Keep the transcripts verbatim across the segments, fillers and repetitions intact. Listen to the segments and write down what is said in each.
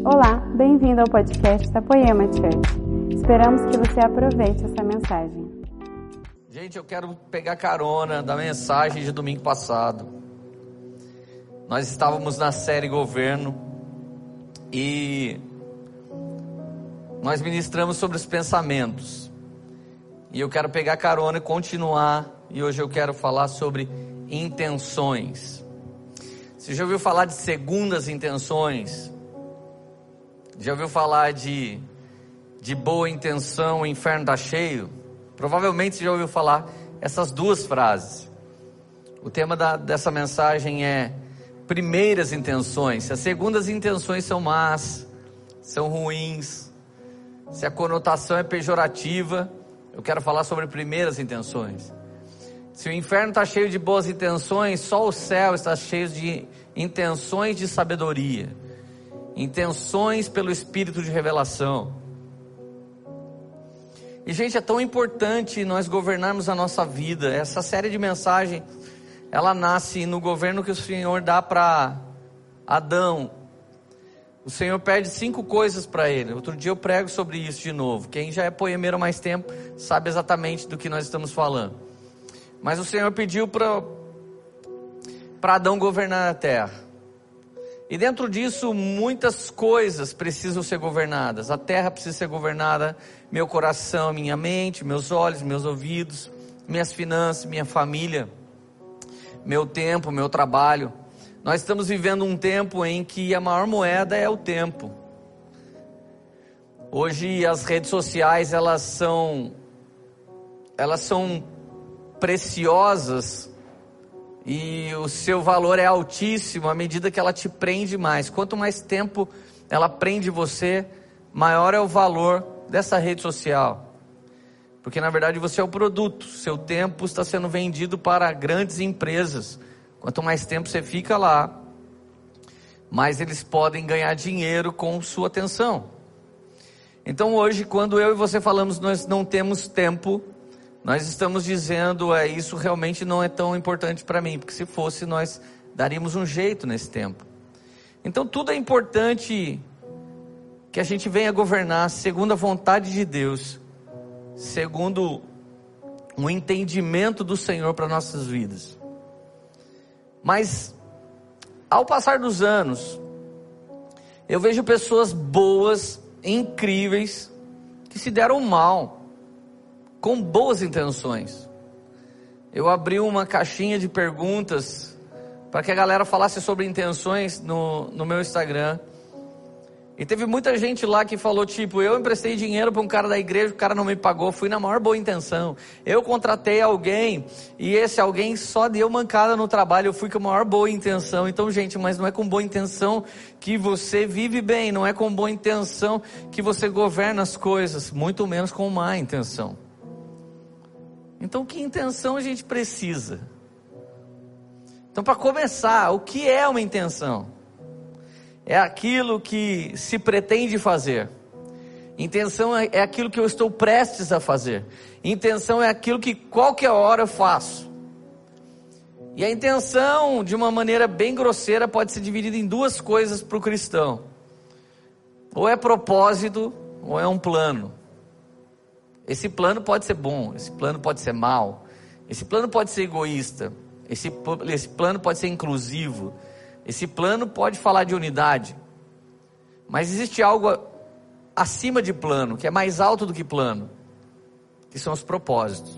Olá, bem-vindo ao podcast da Poema Church. Esperamos que você aproveite essa mensagem. Gente, eu quero pegar carona da mensagem de domingo passado. Nós estávamos na série Governo e nós ministramos sobre os pensamentos. E eu quero pegar carona e continuar. E hoje eu quero falar sobre intenções. Você já ouviu falar de segundas intenções? Já ouviu falar de, de boa intenção, o inferno está cheio? Provavelmente você já ouviu falar essas duas frases. O tema da, dessa mensagem é primeiras intenções. Se as segundas intenções são más, são ruins, se a conotação é pejorativa, eu quero falar sobre primeiras intenções. Se o inferno está cheio de boas intenções, só o céu está cheio de intenções de sabedoria, intenções pelo Espírito de revelação. E gente, é tão importante nós governarmos a nossa vida. Essa série de mensagem, ela nasce no governo que o Senhor dá para Adão. O Senhor pede cinco coisas para ele. Outro dia eu prego sobre isso de novo. Quem já é poemeiro há mais tempo sabe exatamente do que nós estamos falando. Mas o Senhor pediu para para Adão governar a terra. E dentro disso, muitas coisas precisam ser governadas. A terra precisa ser governada, meu coração, minha mente, meus olhos, meus ouvidos, minhas finanças, minha família, meu tempo, meu trabalho. Nós estamos vivendo um tempo em que a maior moeda é o tempo. Hoje as redes sociais, elas são, elas são preciosas e o seu valor é altíssimo à medida que ela te prende mais. Quanto mais tempo ela prende você, maior é o valor dessa rede social. Porque na verdade você é o produto, seu tempo está sendo vendido para grandes empresas. Quanto mais tempo você fica lá, mais eles podem ganhar dinheiro com sua atenção. Então hoje, quando eu e você falamos nós não temos tempo, nós estamos dizendo, é, isso realmente não é tão importante para mim, porque se fosse, nós daríamos um jeito nesse tempo. Então tudo é importante que a gente venha governar segundo a vontade de Deus, segundo um entendimento do Senhor para nossas vidas. Mas, ao passar dos anos, eu vejo pessoas boas, incríveis, que se deram mal, com boas intenções. Eu abri uma caixinha de perguntas para que a galera falasse sobre intenções no, no meu Instagram. E teve muita gente lá que falou tipo, eu emprestei dinheiro para um cara da igreja, o cara não me pagou, fui na maior boa intenção. Eu contratei alguém e esse alguém só deu mancada no trabalho, eu fui com a maior boa intenção. Então gente, mas não é com boa intenção que você vive bem, não é com boa intenção que você governa as coisas, muito menos com má intenção. Então que intenção a gente precisa? Então para começar, o que é uma intenção? É aquilo que se pretende fazer. Intenção é aquilo que eu estou prestes a fazer. Intenção é aquilo que qualquer hora eu faço. E a intenção, de uma maneira bem grosseira, pode ser dividida em duas coisas para o cristão. Ou é propósito, ou é um plano. Esse plano pode ser bom, esse plano pode ser mau. Esse plano pode ser egoísta. Esse, esse plano pode ser inclusivo. Esse plano pode falar de unidade, mas existe algo acima de plano, que é mais alto do que plano, que são os propósitos.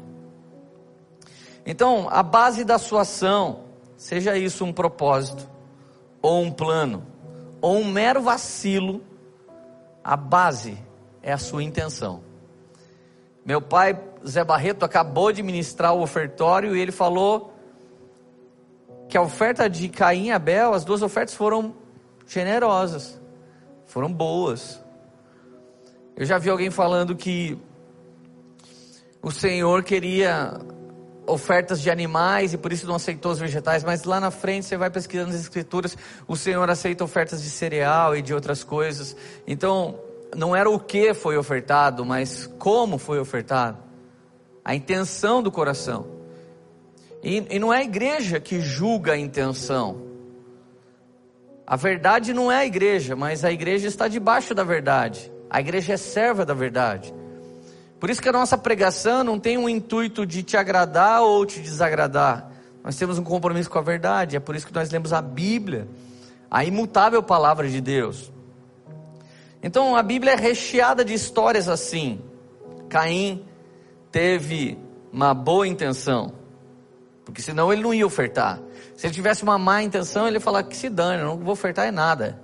Então, a base da sua ação, seja isso um propósito, ou um plano, ou um mero vacilo, a base é a sua intenção. Meu pai, Zé Barreto, acabou de ministrar o ofertório e ele falou que a oferta de Caim e Abel, as duas ofertas foram generosas, foram boas. Eu já vi alguém falando que o Senhor queria ofertas de animais e por isso não aceitou os vegetais, mas lá na frente você vai pesquisando as escrituras, o Senhor aceita ofertas de cereal e de outras coisas. Então não era o que foi ofertado, mas como foi ofertado, a intenção do coração. E, e não é a igreja que julga a intenção. A verdade não é a igreja, mas a igreja está debaixo da verdade. A igreja é serva da verdade. Por isso que a nossa pregação não tem um intuito de te agradar ou te desagradar. Nós temos um compromisso com a verdade. É por isso que nós lemos a Bíblia, a imutável palavra de Deus. Então a Bíblia é recheada de histórias assim. Caim teve uma boa intenção, porque senão ele não ia ofertar. Se ele tivesse uma má intenção, ele ia falar que se dane, eu não vou ofertar é nada.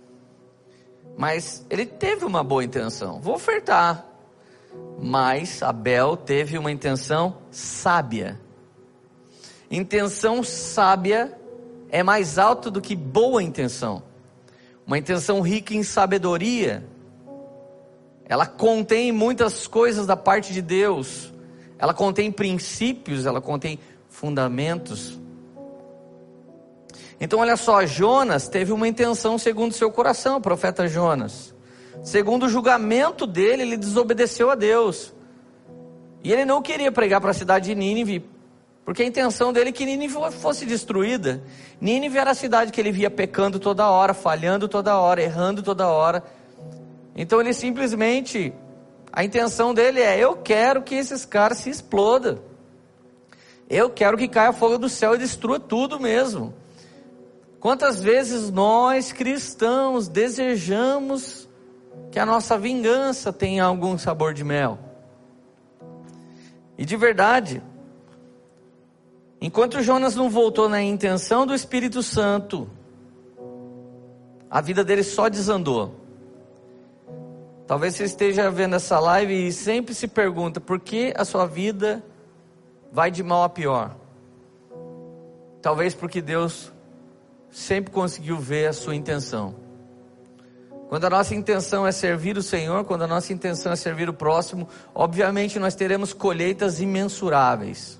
Mas ele teve uma boa intenção, vou ofertar. Mas Abel teve uma intenção sábia. Intenção sábia é mais alto do que boa intenção. Uma intenção rica em sabedoria, ela contém muitas coisas da parte de Deus. Ela contém princípios, ela contém fundamentos. Então olha só, Jonas teve uma intenção segundo seu coração, o profeta Jonas. Segundo o julgamento dele, ele desobedeceu a Deus. E ele não queria pregar para a cidade de Nínive, porque a intenção dele é que Nínive fosse destruída. Nínive era a cidade que ele via pecando toda hora, falhando toda hora, errando toda hora. Então ele simplesmente, a intenção dele é, eu quero que esses caras se explodam. Eu quero que caia fogo do céu e destrua tudo mesmo. Quantas vezes nós cristãos desejamos que a nossa vingança tenha algum sabor de mel? E de verdade, enquanto Jonas não voltou na intenção do Espírito Santo, a vida dele só desandou. Talvez você esteja vendo essa live e sempre se pergunta, por que a sua vida vai de mal a pior? Talvez porque Deus sempre conseguiu ver a sua intenção. Quando a nossa intenção é servir o Senhor, quando a nossa intenção é servir o próximo, obviamente nós teremos colheitas imensuráveis.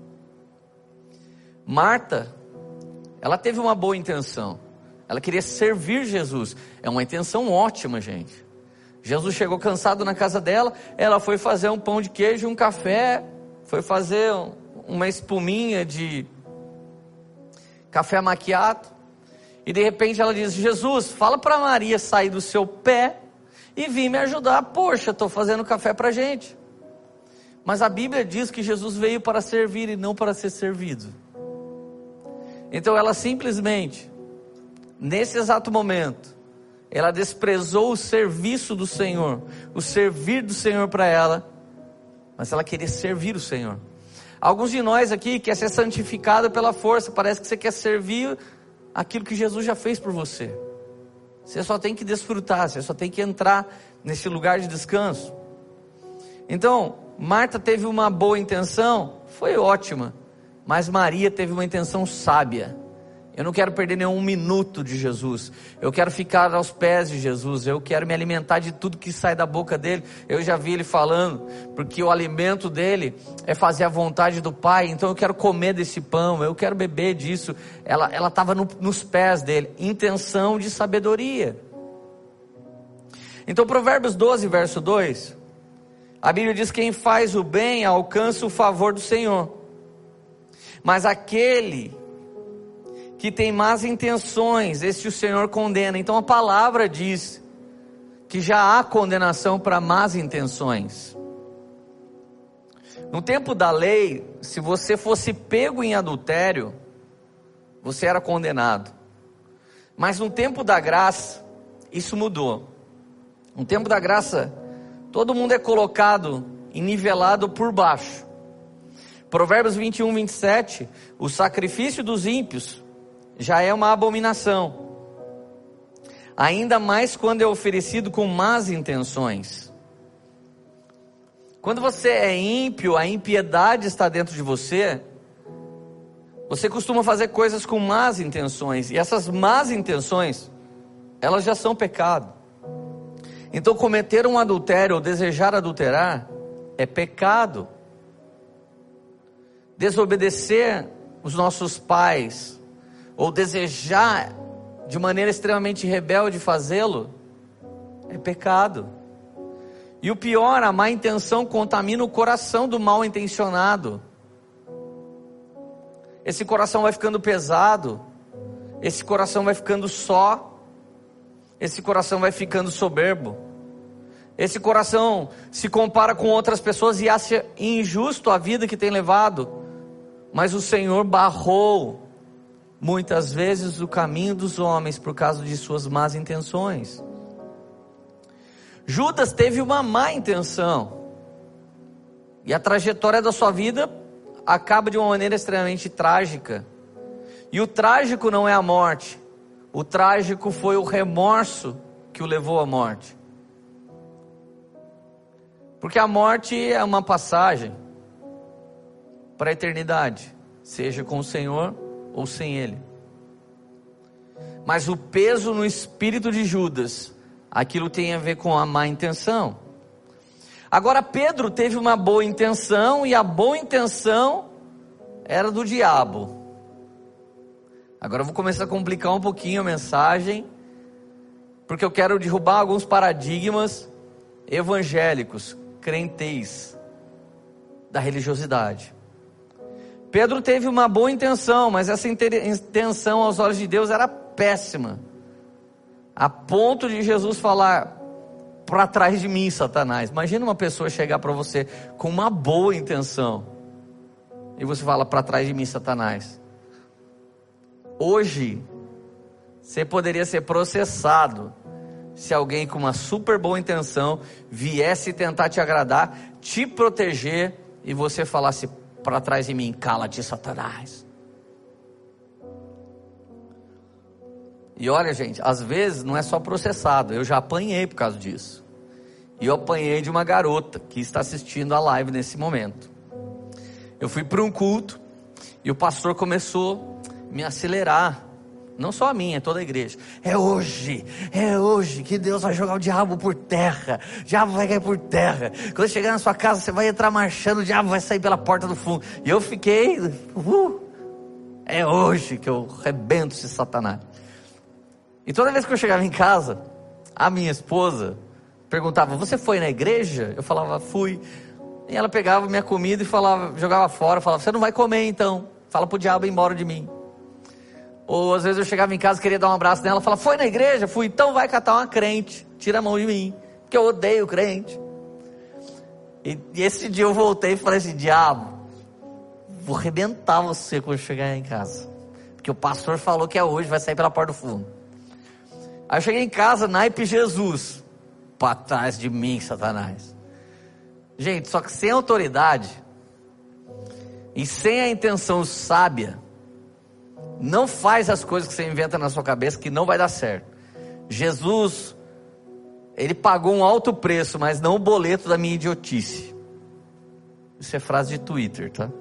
Marta, ela teve uma boa intenção. Ela queria servir Jesus. É uma intenção ótima, gente. Jesus chegou cansado na casa dela, ela foi fazer um pão de queijo, um café, foi fazer uma espuminha de café macchiato. E de repente ela diz, Jesus, fala para Maria sair do seu pé e vir me ajudar. Poxa, estou fazendo café para a gente. Mas a Bíblia diz que Jesus veio para servir e não para ser servido. Então ela simplesmente, nesse exato momento, ela desprezou o serviço do Senhor, o servir do Senhor para ela, mas ela queria servir o Senhor. Alguns de nós aqui quer ser santificado pela força, parece que você quer servir aquilo que Jesus já fez por você. Você só tem que desfrutar, você só tem que entrar nesse lugar de descanso. Então, Marta teve uma boa intenção, foi ótima, mas Maria teve uma intenção sábia. Eu não quero perder nenhum minuto de Jesus, eu quero ficar aos pés de Jesus, eu quero me alimentar de tudo que sai da boca dele. Eu já vi ele falando, porque o alimento dele é fazer a vontade do Pai, então eu quero comer desse pão, eu quero beber disso. Ela ela estava no, nos pés dele, intenção de sabedoria. Então Provérbios doze, verso dois, a Bíblia diz, quem faz o bem alcança o favor do Senhor, mas aquele que tem más intenções, este o Senhor condena. Então a palavra diz que já há condenação para más intenções. No tempo da lei, se você fosse pego em adultério, você era condenado. Mas no tempo da graça, isso mudou. No tempo da graça, todo mundo é colocado e nivelado por baixo. Provérbios vinte e um, vinte e sete, o sacrifício dos ímpios já é uma abominação, ainda mais quando é oferecido com más intenções. Quando você é ímpio, a impiedade está dentro de você, você costuma fazer coisas com más intenções, e essas más intenções, elas já são pecado. Então cometer um adultério ou desejar adulterar é pecado. Desobedecer os nossos pais, ou desejar de maneira extremamente rebelde fazê-lo, é pecado. E o pior, a má intenção contamina o coração do mal intencionado. Esse coração vai ficando pesado, esse coração vai ficando só, esse coração vai ficando soberbo, esse coração se compara com outras pessoas e acha injusto a vida que tem levado, mas o Senhor barrou muitas vezes o caminho dos homens por causa de suas más intenções. Judas teve uma má intenção, e a trajetória da sua vida acaba de uma maneira extremamente trágica. E o trágico não é a morte, o trágico foi o remorso que o levou à morte. Porque a morte é uma passagem para a eternidade, seja com o Senhor ou sem Ele. Mas o peso no espírito de Judas, aquilo tem a ver com a má intenção. Agora Pedro teve uma boa intenção, e a boa intenção era do diabo. Agora eu vou começar a complicar um pouquinho a mensagem, porque eu quero derrubar alguns paradigmas evangélicos, crenteis, da religiosidade. Pedro teve uma boa intenção, mas essa intenção aos olhos de Deus era péssima, a ponto de Jesus falar: para trás de mim, Satanás. Imagina uma pessoa chegar para você com uma boa intenção, e você fala: para trás de mim, Satanás. Hoje, você poderia ser processado, se alguém com uma super boa intenção, viesse tentar te agradar, te proteger, e você falasse: para trás de mim, cala-te, Satanás. E olha, gente, às vezes não é só processado, eu já apanhei por causa disso. E eu apanhei de uma garota que está assistindo a live nesse momento. Eu fui para um culto, e o pastor começou a me acelerar. Não só a minha, é toda a igreja. É hoje, é hoje que Deus vai jogar o diabo por terra. O diabo vai cair por terra. Quando chegar na sua casa, você vai entrar marchando, o diabo vai sair pela porta do fundo. E eu fiquei, uh, é hoje que eu rebento esse Satanás. E toda vez que eu chegava em casa, a minha esposa perguntava: você foi na igreja? Eu falava: fui. E ela pegava minha comida e falava, jogava fora, falava: você não vai comer então, fala pro diabo ir embora de mim. Ou às vezes eu chegava em casa e queria dar um abraço nela, falava: foi na igreja? Fui. Então vai catar uma crente, tira a mão de mim, porque eu odeio crente. E, e esse dia eu voltei e falei assim: diabo, vou arrebentar você quando chegar em casa, porque o pastor falou que é hoje, vai sair pela porta do fundo. Aí eu cheguei em casa, naipe Jesus: para trás de mim, Satanás. Gente, só que sem autoridade e sem a intenção sábia, não faz as coisas que você inventa na sua cabeça, que não vai dar certo. Jesus, ele pagou um alto preço, mas não o boleto da minha idiotice. Isso é frase de Twitter, tá?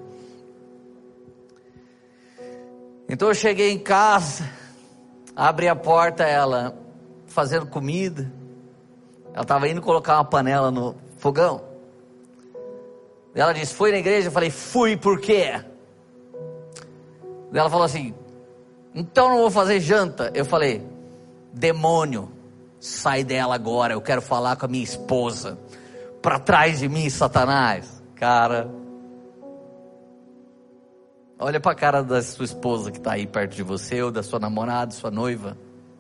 Então eu cheguei em casa, abri a porta, ela fazendo comida. Ela estava indo colocar uma panela no fogão. Ela disse: foi na igreja? Eu falei: fui, por quê? Ela falou assim: então não vou fazer janta. Eu falei: demônio, sai dela agora, eu quero falar com a minha esposa. Para trás de mim, Satanás. Cara, olha para a cara da sua esposa que está aí perto de você, ou da sua namorada, sua noiva.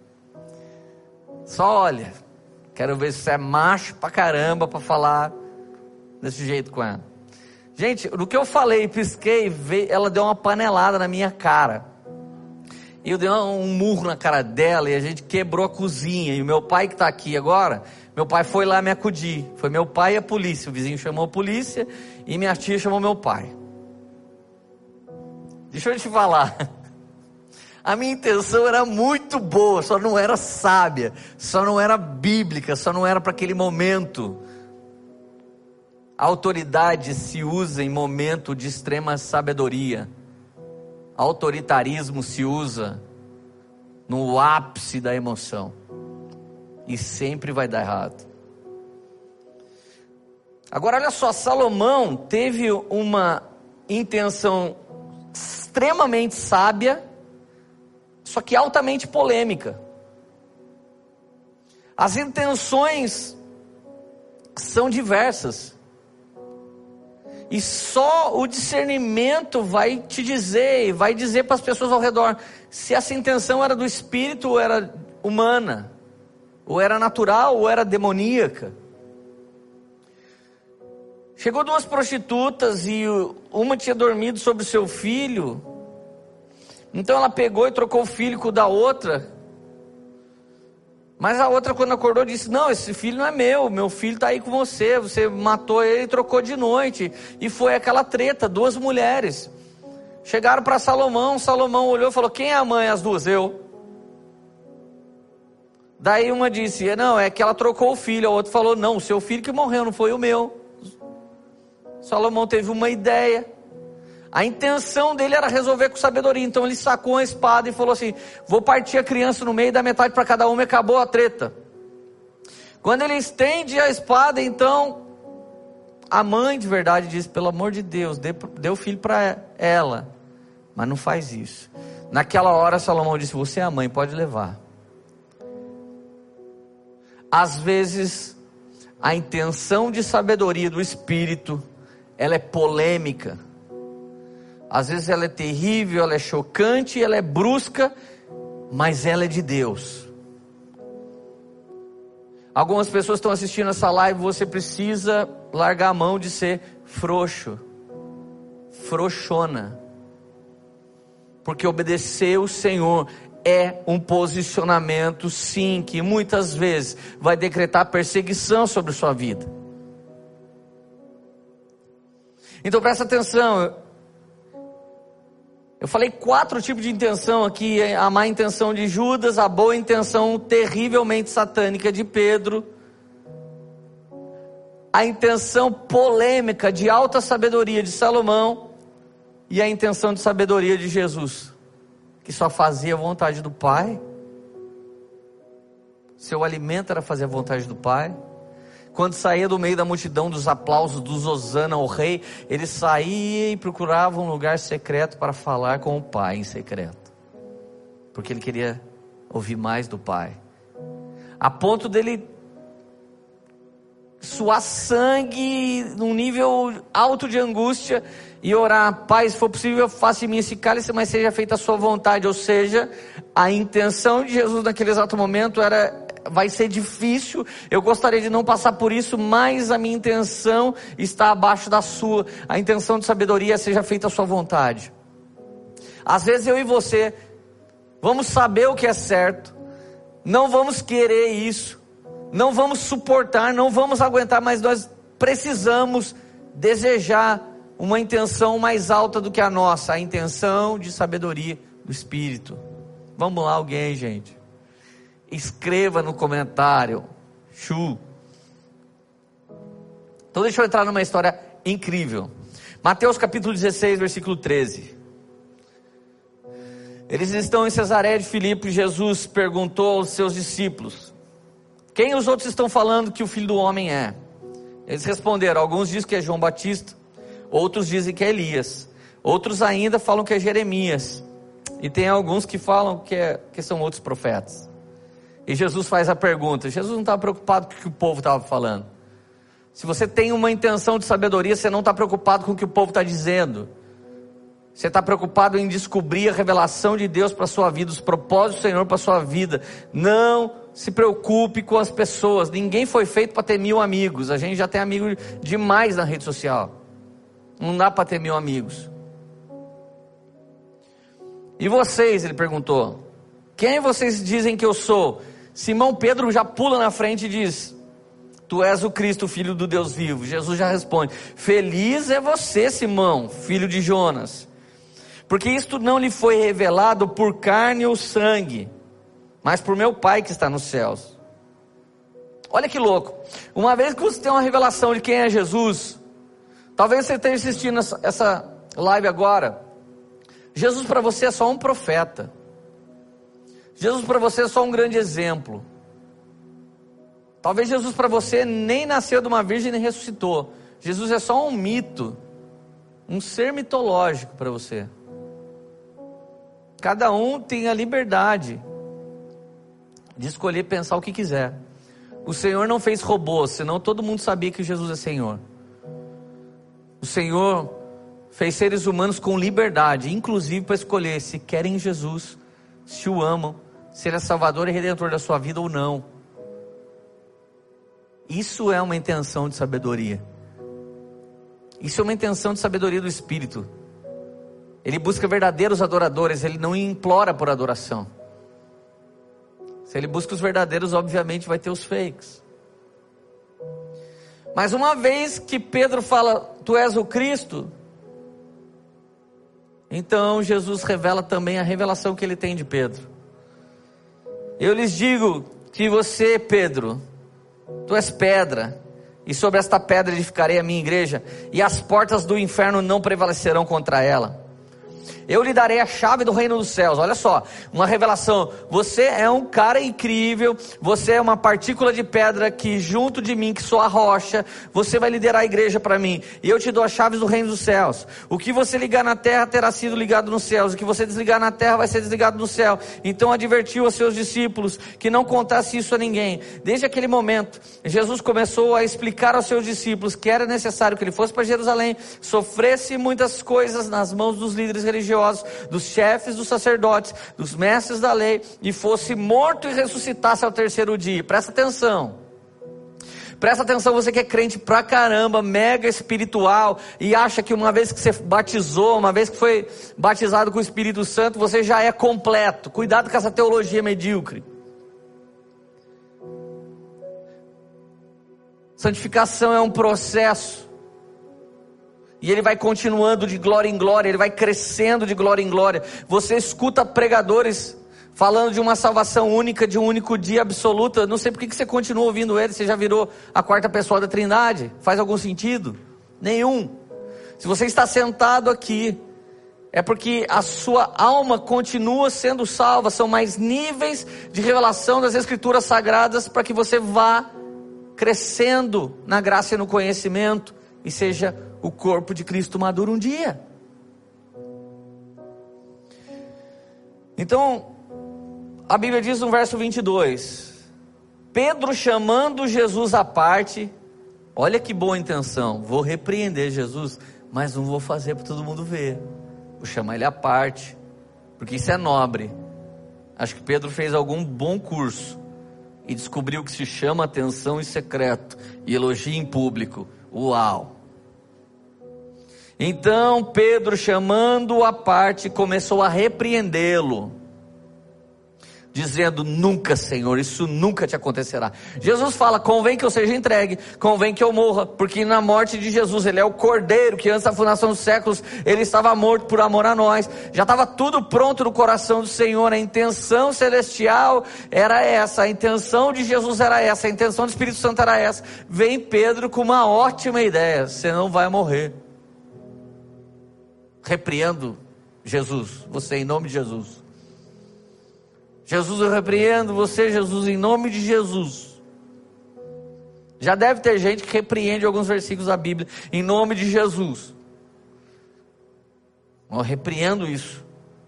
Só olha. Quero ver se você é macho pra caramba para falar desse jeito com ela. Gente, no que eu falei, pisquei, ela deu uma panelada na minha cara. E eu dei um murro na cara dela, e a gente quebrou a cozinha. E o meu pai que está aqui agora, meu pai foi lá me acudir. Foi meu pai e a polícia. O vizinho chamou a polícia e minha tia chamou meu pai. Deixa eu te falar. A minha intenção era muito boa, só não era sábia, só não era bíblica, só não era para aquele momento. A autoridade se usa em momento de extrema sabedoria. Autoritarismo se usa no ápice da emoção. E sempre vai dar errado. Agora olha só, Salomão teve uma intenção extremamente sábia, só que altamente polêmica. As intenções são diversas. E só o discernimento vai te dizer, vai dizer para as pessoas ao redor, se essa intenção era do espírito ou era humana, ou era natural ou era demoníaca. Chegou duas prostitutas e uma tinha dormido sobre o seu filho, então ela pegou e trocou o filho com o da outra. Mas a outra, quando acordou, disse: não, esse filho não é meu, meu filho está aí com você, você matou ele e trocou de noite. E foi aquela treta, duas mulheres. Chegaram para Salomão, Salomão olhou e falou: quem é a mãe? As duas: eu. Daí uma disse: não, é que ela trocou o filho. A outra falou: não, o seu filho que morreu, não foi o meu. Salomão teve uma ideia. A intenção dele era resolver com sabedoria, então ele sacou uma espada e falou assim: vou partir a criança no meio, dar metade para cada uma, e acabou a treta. Quando ele estende a espada, então a mãe de verdade diz: pelo amor de Deus, dê, dê o filho para ela, mas não faz isso. Naquela hora Salomão disse: você é a mãe, pode levar. Às vezes a intenção de sabedoria do Espírito, ela é polêmica. Às vezes ela é terrível, ela é chocante, ela é brusca, mas ela é de Deus. Algumas pessoas estão assistindo essa live, você precisa largar a mão de ser frouxo, frouxona. Porque obedecer o Senhor é um posicionamento, sim, que muitas vezes vai decretar perseguição sobre a sua vida. Então presta atenção. Eu falei quatro tipos de intenção aqui: a má intenção de Judas, a boa intenção terrivelmente satânica de Pedro, a intenção polêmica de alta sabedoria de Salomão e a intenção de sabedoria de Jesus, que só fazia a vontade do Pai. Seu alimento era fazer a vontade do Pai. Quando saía do meio da multidão, dos aplausos, dos hosana ao rei, ele saía e procurava um lugar secreto para falar com o Pai em secreto, porque ele queria ouvir mais do Pai, a ponto dele suar sangue num nível alto de angústia e orar: Pai, se for possível, faça em mim esse cálice, mas seja feita a sua vontade. Ou seja, a intenção de Jesus naquele exato momento era: vai ser difícil, eu gostaria de não passar por isso, mas a minha intenção está abaixo da sua. A intenção de sabedoria é: seja feita a sua vontade. Às vezes eu e você vamos saber o que é certo, não vamos querer isso, não vamos suportar, não vamos aguentar, mas nós precisamos desejar uma intenção mais alta do que a nossa, a intenção de sabedoria do Espírito. Vamos lá, alguém, gente? Escreva no comentário. Chu. Então deixa eu entrar numa história incrível. Mateus capítulo dezesseis, versículo treze. Eles estão em Cesareia de Filipe e Jesus perguntou aos seus discípulos: quem os outros estão falando que o Filho do Homem é? Eles responderam: alguns dizem que é João Batista, outros dizem que é Elias, outros ainda falam que é Jeremias, e tem alguns que falam que, é, que são outros profetas. E Jesus faz a pergunta. Jesus não estava preocupado com o que o povo estava falando. Se você tem uma intenção de sabedoria, você não está preocupado com o que o povo está dizendo. Você está preocupado em descobrir a revelação de Deus para a sua vida, os propósitos do Senhor para a sua vida. Não se preocupe com as pessoas. Ninguém foi feito para ter mil amigos. A gente já tem amigo demais na rede social. Não dá para ter mil amigos. E vocês, ele perguntou, quem vocês dizem que eu sou? Simão Pedro já pula na frente e diz: tu és o Cristo, filho do Deus vivo. Jesus já responde: feliz é você, Simão, filho de Jonas, porque isto não lhe foi revelado por carne ou sangue, mas por meu Pai que está nos céus. Olha que louco. Uma vez que você tem uma revelação de quem é Jesus, talvez você esteja assistindo essa, essa live agora, Jesus para você é só um profeta. Jesus para você é só um grande exemplo. Talvez Jesus para você nem nasceu de uma virgem nem ressuscitou. Jesus é só um mito, um ser mitológico para você. Cada um tem a liberdade de escolher pensar o que quiser. O Senhor não fez robôs, senão todo mundo sabia que Jesus é Senhor. O Senhor fez seres humanos com liberdade, inclusive para escolher se querem Jesus, se o amam, se Ele é Salvador e Redentor da sua vida ou não. Isso é uma intenção de sabedoria. Isso é uma intenção de sabedoria do Espírito. Ele busca verdadeiros adoradores, Ele não implora por adoração. Se Ele busca os verdadeiros, obviamente vai ter os fakes. Mas uma vez que Pedro fala, tu és o Cristo, então Jesus revela também a revelação que Ele tem de Pedro. Eu lhes digo que você, Pedro, tu és pedra, e sobre esta pedra edificarei a minha igreja, e as portas do inferno não prevalecerão contra ela. Eu lhe darei a chave do reino dos céus. Olha só, uma revelação. Você é um cara incrível. Você é uma partícula de pedra que junto de mim, que sou a rocha, você vai liderar a igreja para mim. E eu te dou as chaves do reino dos céus. O que você ligar na terra terá sido ligado nos céus. O que você desligar na terra vai ser desligado no céu. Então advertiu a seus discípulos que não contasse isso a ninguém. Desde aquele momento, Jesus começou a explicar aos seus discípulos que era necessário que ele fosse para Jerusalém, sofresse muitas coisas nas mãos dos líderes religiosos, dos chefes dos sacerdotes, dos mestres da lei, e fosse morto e ressuscitasse ao terceiro dia. Presta atenção. Presta atenção, você que é crente pra caramba, mega espiritual, e acha que uma vez que você batizou, uma vez que foi batizado com o Espírito Santo, você já é completo. Cuidado com essa teologia medíocre. Santificação é um processo. E ele vai continuando de glória em glória, ele vai crescendo de glória em glória. Você escuta pregadores falando de uma salvação única, de um único dia absoluta. Não sei por que você continua ouvindo ele, você já virou a quarta pessoa da Trindade. Faz algum sentido? Nenhum. Se você está sentado aqui, é porque a sua alma continua sendo salva. São mais níveis de revelação das Escrituras Sagradas para que você vá crescendo na graça e no conhecimento e seja o corpo de Cristo maduro um dia. Então, a Bíblia diz no verso vinte e dois, Pedro chamando Jesus à parte, olha que boa intenção, vou repreender Jesus, mas não vou fazer para todo mundo ver, vou chamar ele à parte, porque isso é nobre. Acho que Pedro fez algum bom curso, e descobriu que se chama atenção em secreto, e elogia em público. Uau! Então Pedro, chamando-o à parte, começou a repreendê-lo, dizendo, nunca, Senhor, isso nunca te acontecerá. Jesus fala, convém que eu seja entregue, convém que eu morra, porque na morte de Jesus, ele é o Cordeiro, que antes da fundação dos séculos, ele estava morto por amor a nós, já estava tudo pronto no coração do Senhor, a intenção celestial era essa, a intenção de Jesus era essa, a intenção do Espírito Santo era essa. Vem Pedro com uma ótima ideia, você não vai morrer. Repreendo Jesus, você em nome de Jesus. Jesus, eu repreendo você, Jesus, em nome de Jesus. Já deve ter gente que repreende alguns versículos da Bíblia, em nome de Jesus. Eu repreendo isso.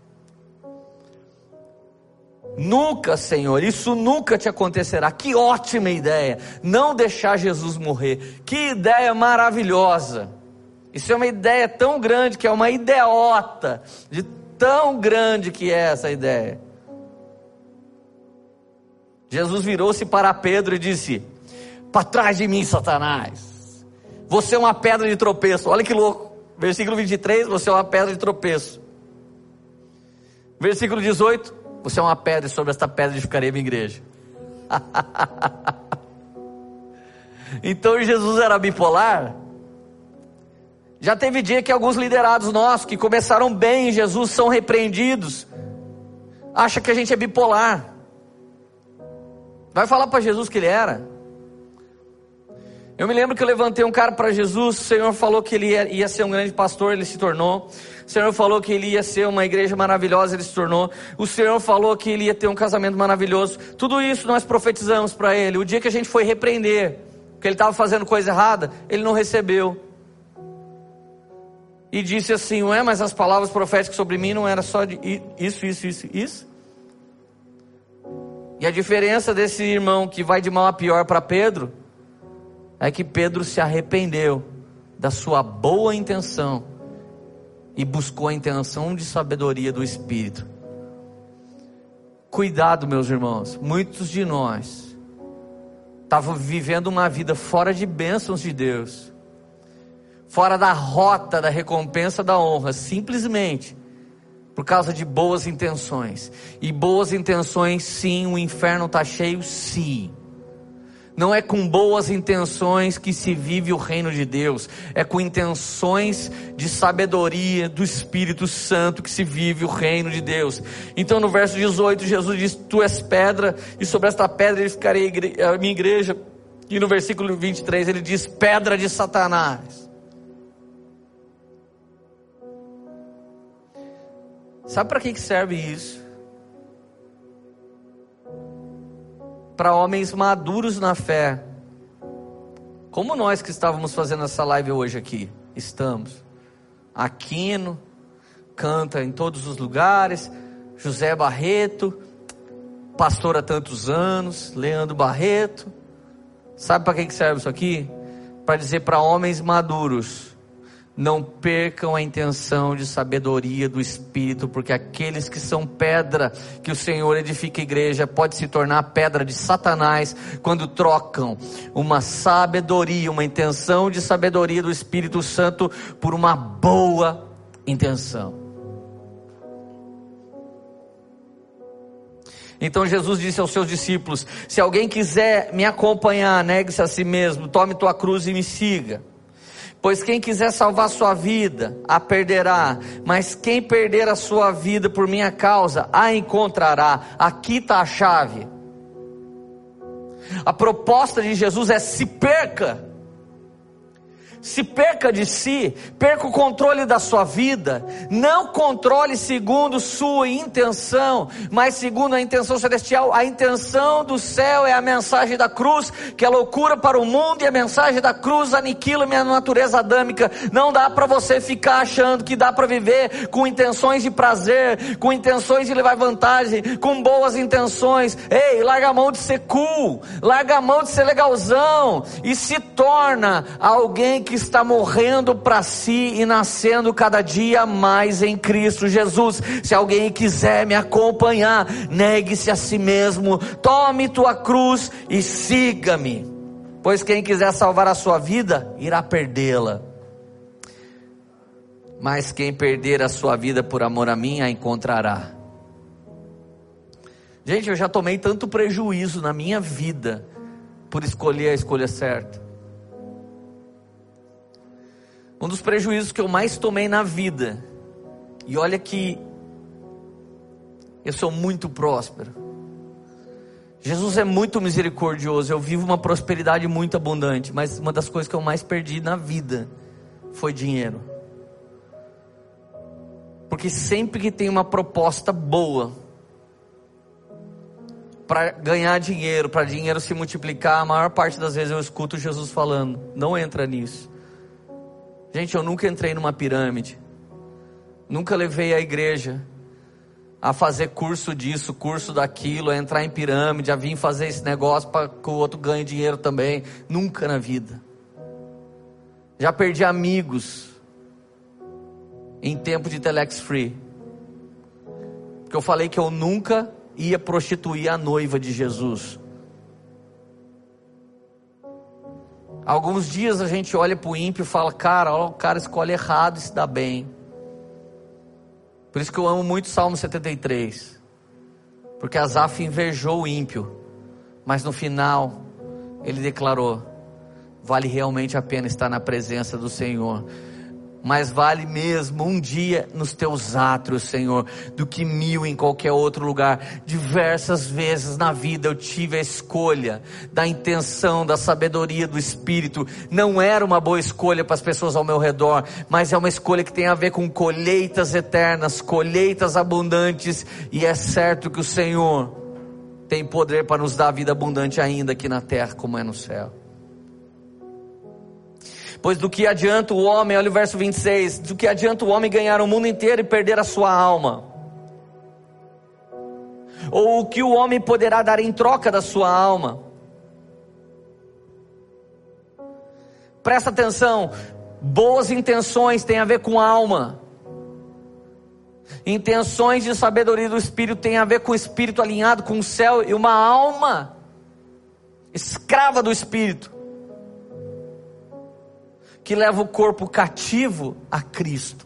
Nunca, Senhor, isso nunca te acontecerá. Que ótima ideia, não deixar Jesus morrer. Que ideia maravilhosa. Isso é uma ideia tão grande que é uma ideota, de tão grande que é essa ideia. Jesus virou-se para Pedro e disse, para trás de mim, Satanás, você é uma pedra de tropeço. Olha que louco, versículo vinte e três, você é uma pedra de tropeço. Versículo dezoito, você é uma pedra e sobre esta pedra edificarei a minha igreja. Então Jesus era bipolar? Já teve dia que alguns liderados nossos que começaram bem em Jesus são repreendidos, acha que a gente é bipolar. Vai falar para Jesus que ele era. Eu me lembro que eu levantei um cara para Jesus, o Senhor falou que ele ia, ia ser um grande pastor, ele se tornou. O Senhor falou que ele ia ser uma igreja maravilhosa, ele se tornou. O Senhor falou que ele ia ter um casamento maravilhoso. Tudo isso nós profetizamos para ele. O dia que a gente foi repreender, que ele estava fazendo coisa errada, ele não recebeu. E disse assim, ué, mas as palavras proféticas sobre mim não era só de isso, isso, isso, isso? E a diferença desse irmão que vai de mal a pior para Pedro, é que Pedro se arrependeu da sua boa intenção e buscou a intenção de sabedoria do Espírito. Cuidado, meus irmãos, muitos de nós estavam vivendo uma vida fora de bênçãos de Deus, fora da rota da recompensa da honra, simplesmente por causa de boas intenções. E boas intenções, sim, o inferno está cheio, sim. Não é com boas intenções que se vive o reino de Deus, é com intenções de sabedoria do Espírito Santo que se vive o reino de Deus. Então no verso dezoito, Jesus diz: tu és pedra, e sobre esta pedra edificarei a minha igreja. E no versículo vinte e três ele diz: pedra de Satanás. Sabe para que serve isso? Para homens maduros na fé, como nós que estávamos fazendo essa live hoje aqui, estamos. Aquino, canta em todos os lugares, José Barreto, pastor há tantos anos, Leandro Barreto. Sabe para que serve isso aqui? Para dizer para homens maduros: não percam a intenção de sabedoria do Espírito, porque aqueles que são pedra, que o Senhor edifica a igreja, pode se tornar pedra de Satanás, quando trocam uma sabedoria, uma intenção de sabedoria do Espírito Santo, por uma boa intenção. Então Jesus disse aos seus discípulos: se alguém quiser me acompanhar, negue-se a si mesmo, tome tua cruz e me siga. Pois quem quiser salvar sua vida, a perderá. Mas quem perder a sua vida por minha causa, a encontrará. Aqui está a chave. A proposta de Jesus é: se perca. Se perca de si, perca o controle da sua vida. Não controle segundo sua intenção, mas segundo a intenção celestial. A intenção do céu é a mensagem da cruz, que é loucura para o mundo, e a mensagem da cruz aniquila minha natureza adâmica. Não dá para você ficar achando que dá para viver com intenções de prazer, com intenções de levar vantagem, com boas intenções. Ei, larga a mão de ser cool, larga a mão de ser legalzão, e se torna alguém que que está morrendo para si e nascendo cada dia mais em Cristo Jesus. Se alguém quiser me acompanhar, negue-se a si mesmo, tome tua cruz e siga-me. Pois quem quiser salvar a sua vida, irá perdê-la. Mas quem perder a sua vida por amor a mim, a encontrará. Gente, eu já tomei tanto prejuízo na minha vida por escolher a escolha certa. Um dos prejuízos que eu mais tomei na vida, e olha que eu sou muito próspero, Jesus é muito misericordioso, eu vivo uma prosperidade muito abundante, mas uma das coisas que eu mais perdi na vida foi dinheiro. Porque sempre que tem uma proposta boa para ganhar dinheiro, para dinheiro se multiplicar, a maior parte das vezes eu escuto Jesus falando: não entra nisso. Gente, eu nunca entrei numa pirâmide, nunca levei a igreja a fazer curso disso, curso daquilo, a entrar em pirâmide, a vir fazer esse negócio para que o outro ganhe dinheiro também. Nunca na vida. Já perdi amigos em tempo de telex free, porque eu falei que eu nunca ia prostituir a noiva de Jesus. Alguns dias a gente olha para o ímpio e fala: cara, ó, o cara escolhe errado e se dá bem. Por isso que eu amo muito o Salmo setenta e três, porque Asaf invejou o ímpio, mas no final ele declarou: vale realmente a pena estar na presença do Senhor, mas vale mesmo um dia nos teus átrios, Senhor, do que mil em qualquer outro lugar. Diversas vezes na vida eu tive a escolha da intenção, da sabedoria do Espírito. Não era uma boa escolha para as pessoas ao meu redor, mas é uma escolha que tem a ver com colheitas eternas, colheitas abundantes. E é certo que o Senhor tem poder para nos dar vida abundante ainda aqui na terra, como é no céu. Pois do que adianta o homem, olha o verso vinte e seis, do que adianta o homem ganhar o mundo inteiro e perder a sua alma? Ou o que o homem poderá dar em troca da sua alma? Presta atenção, Boas intenções tem a ver com alma. Intenções de sabedoria do Espírito tem a ver com o Espírito alinhado com o céu e uma alma escrava do Espírito, que leva o corpo cativo a Cristo.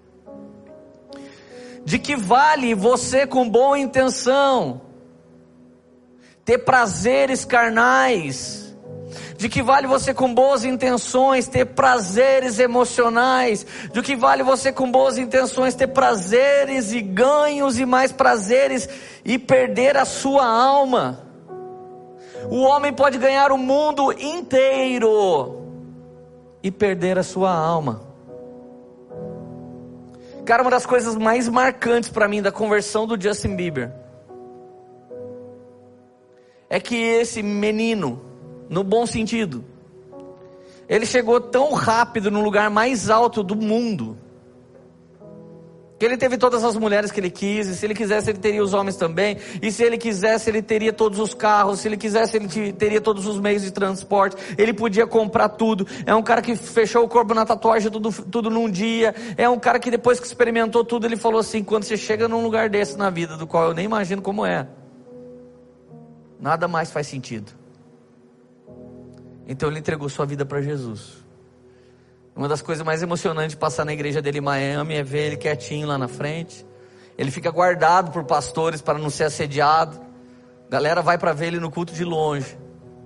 De que vale você com boa intenção ter prazeres carnais? De que vale você com boas intenções ter prazeres emocionais? De que vale você com boas intenções ter prazeres e ganhos e mais prazeres e perder a sua alma? O homem pode ganhar o mundo inteiro e perder a sua alma. Cara, uma das coisas mais marcantes para mim da conversão do Justin Bieber é que esse menino, no bom sentido, ele chegou tão rápido no lugar mais alto do mundo, que ele teve todas as mulheres que ele quis, e se ele quisesse ele teria os homens também, e se ele quisesse ele teria todos os carros, se ele quisesse ele teria todos os meios de transporte, ele podia comprar tudo. É um cara que fechou o corpo na tatuagem tudo, tudo num dia. É um cara que depois que experimentou tudo, ele falou assim: quando você chega num lugar desse na vida, do qual eu nem imagino como é, nada mais faz sentido. Então ele entregou sua vida para Jesus. Uma das coisas mais emocionantes de passar na igreja dele em Miami é ver ele quietinho lá na frente. Ele fica guardado por pastores para não ser assediado. A galera vai para ver ele no culto de longe.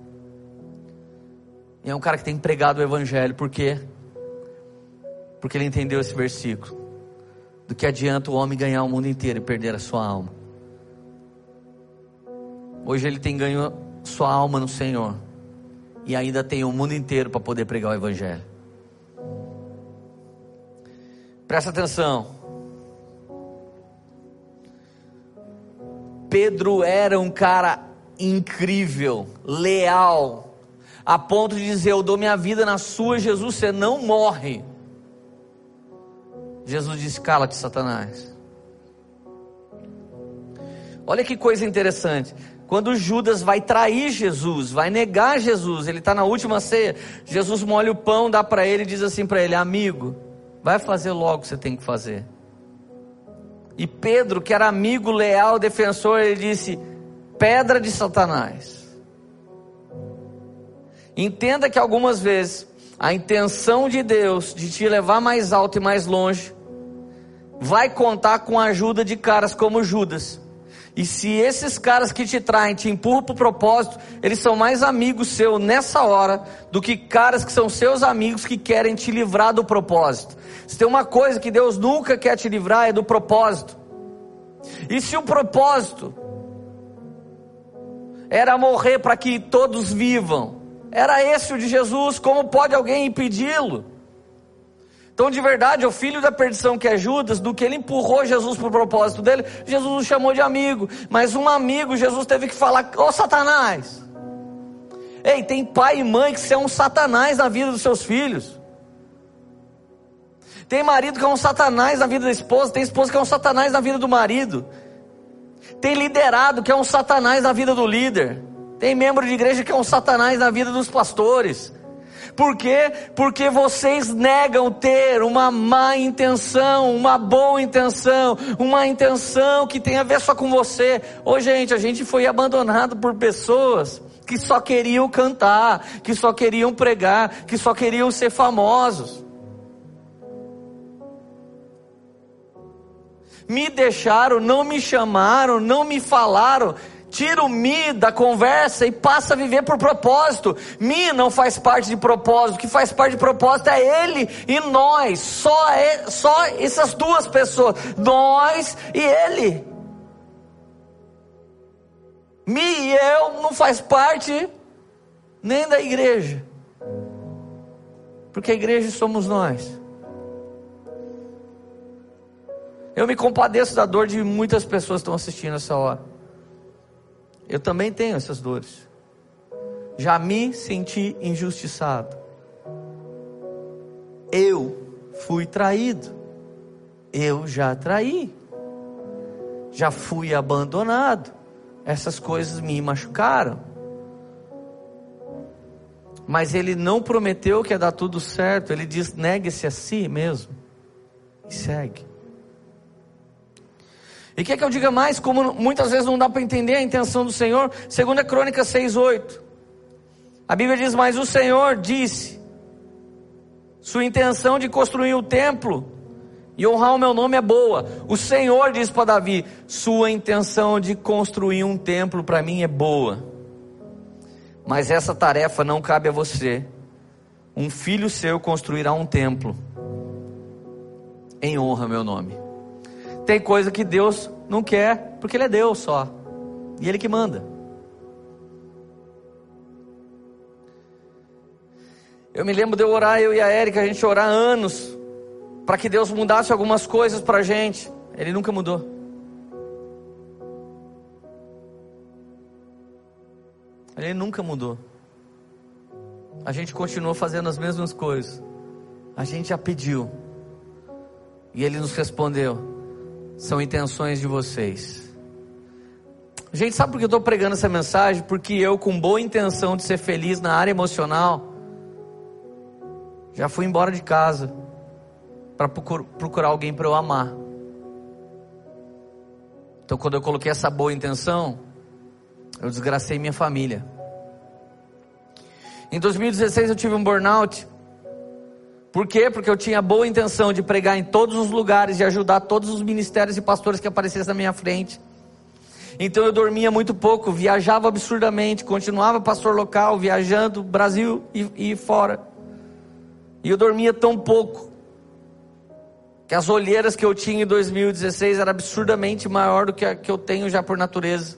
E é um cara que tem pregado o evangelho. Por quê? Porque ele entendeu esse versículo: do que adianta o homem ganhar o mundo inteiro e perder a sua alma? Hoje ele tem ganho sua alma no Senhor, e ainda tem o mundo inteiro para poder pregar o evangelho. Presta atenção. Pedro era um cara incrível, leal, a ponto de dizer: eu dou minha vida na sua, Jesus, você não morre. Jesus disse: cala-te, Satanás. Olha que coisa interessante. Quando Judas vai trair Jesus, vai negar Jesus, ele está na última ceia, Jesus molha o pão, dá para ele e diz assim para ele: amigo, vai fazer logo o que você tem que fazer. E Pedro, que era amigo, leal, defensor, ele disse: pedra de Satanás. Entenda que algumas vezes a intenção de Deus de te levar mais alto e mais longe vai contar com a ajuda de caras como Judas. E se esses caras que te traem te empurram para o propósito, eles são mais amigos seus nessa hora do que caras que são seus amigos que querem te livrar do propósito. Se tem uma coisa que Deus nunca quer te livrar, é do propósito. E se o propósito era morrer para que todos vivam, era esse o de Jesus, como pode alguém impedi-lo? Então, de verdade, o filho da perdição que é Judas, do que ele empurrou Jesus para o propósito dele, Jesus o chamou de amigo. Mas um amigo, Jesus teve que falar: ô Satanás. Ei, tem pai e mãe que são um Satanás na vida dos seus filhos. Tem marido que é um Satanás na vida da esposa, tem esposa que é um Satanás na vida do marido. Tem liderado que é um Satanás na vida do líder. Tem membro de igreja que é um Satanás na vida dos pastores. Por quê? Porque vocês negam ter uma má intenção, uma boa intenção, uma intenção que tem a ver só com você. Ô gente, a gente foi abandonado por pessoas que só queriam cantar, que só queriam pregar, que só queriam ser famosos. Me deixaram, não me chamaram, não me falaram. Tira o me da conversa e passa a viver por propósito. Me não faz parte de propósito. O que faz parte de propósito é Ele e nós. Só, é, só essas duas pessoas, nós e Ele. Me e eu não faz parte nem da igreja, porque a igreja somos nós. Eu me compadeço da dor de muitas pessoas que estão assistindo essa hora. Eu também tenho essas dores. Já me senti injustiçado. Eu fui traído. Eu já traí. Já fui abandonado. Essas coisas me machucaram. Mas ele não prometeu que ia dar tudo certo. Ele diz: negue-se a si mesmo e segue. E quer que eu diga mais? Como muitas vezes não dá para entender a intenção do Senhor. Segunda Crônicas seis, oito. A Bíblia diz: mas o Senhor disse, sua intenção de construir o templo e honrar o meu nome é boa. O Senhor disse para Davi: sua intenção de construir um templo para mim é boa, mas essa tarefa não cabe a você. Um filho seu construirá um templo em honra ao meu nome. Tem coisa que Deus não quer, porque Ele é Deus só, e Ele que manda. Eu me lembro de eu orar, eu e a Érica, a gente orar anos, para que Deus mudasse algumas coisas para a gente. Ele nunca mudou. Ele nunca mudou. A gente continuou fazendo as mesmas coisas. A gente já pediu, e Ele nos respondeu: são intenções de vocês. Gente, sabe por que eu estou pregando essa mensagem? Porque eu, com boa intenção de ser feliz na área emocional, já fui embora de casa para procurar alguém para eu amar. Então, quando eu coloquei essa boa intenção, eu desgracei minha família. Em dois mil e dezesseis eu tive um burnout. Por quê? Porque eu tinha boa intenção de pregar em todos os lugares e ajudar todos os ministérios e pastores que aparecessem na minha frente. Então eu dormia muito pouco, viajava absurdamente, continuava pastor local, viajando Brasil e, e fora. E eu dormia tão pouco, que as olheiras que eu tinha em dois mil e dezesseis eram absurdamente maior do que a que eu tenho já por natureza.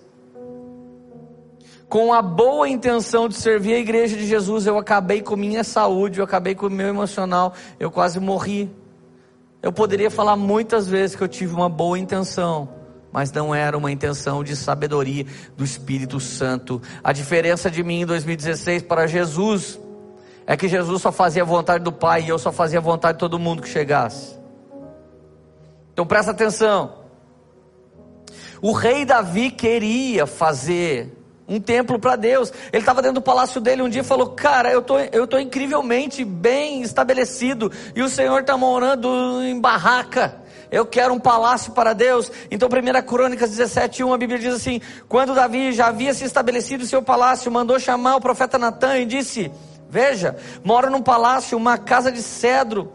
Com a boa intenção de servir a igreja de Jesus, eu acabei com minha saúde, eu acabei com o meu emocional, eu quase morri. Eu poderia falar muitas vezes que eu tive uma boa intenção, mas não era uma intenção de sabedoria do Espírito Santo. A diferença de mim em dois mil e dezesseis para Jesus, é que Jesus só fazia a vontade do Pai, e eu só fazia a vontade de todo mundo que chegasse. Então presta atenção. O rei Davi queria fazer um templo para Deus. Ele estava dentro do palácio dele um dia e falou: cara, eu tô, eu tô incrivelmente bem estabelecido, e o Senhor está morando em barraca. Eu quero um palácio para Deus. Então primeira Crônicas dezessete, um, a Bíblia diz assim: quando Davi já havia se estabelecido em seu palácio, mandou chamar o profeta Natã e disse: veja, mora num palácio, uma casa de cedro,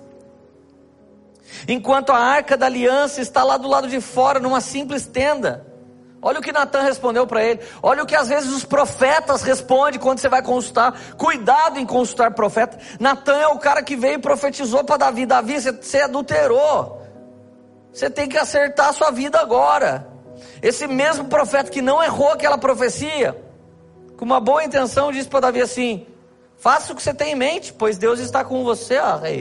enquanto a arca da aliança está lá do lado de fora, numa simples tenda. Olha o que Natã respondeu para ele. Olha o que às vezes os profetas respondem quando você vai consultar. Cuidado em consultar profeta. Natã é o cara que veio e profetizou para Davi: Davi, você, você adulterou, você tem que acertar a sua vida agora. Esse mesmo profeta que não errou aquela profecia, com uma boa intenção, disse para Davi assim: faça o que você tem em mente, pois Deus está com você, ó rei.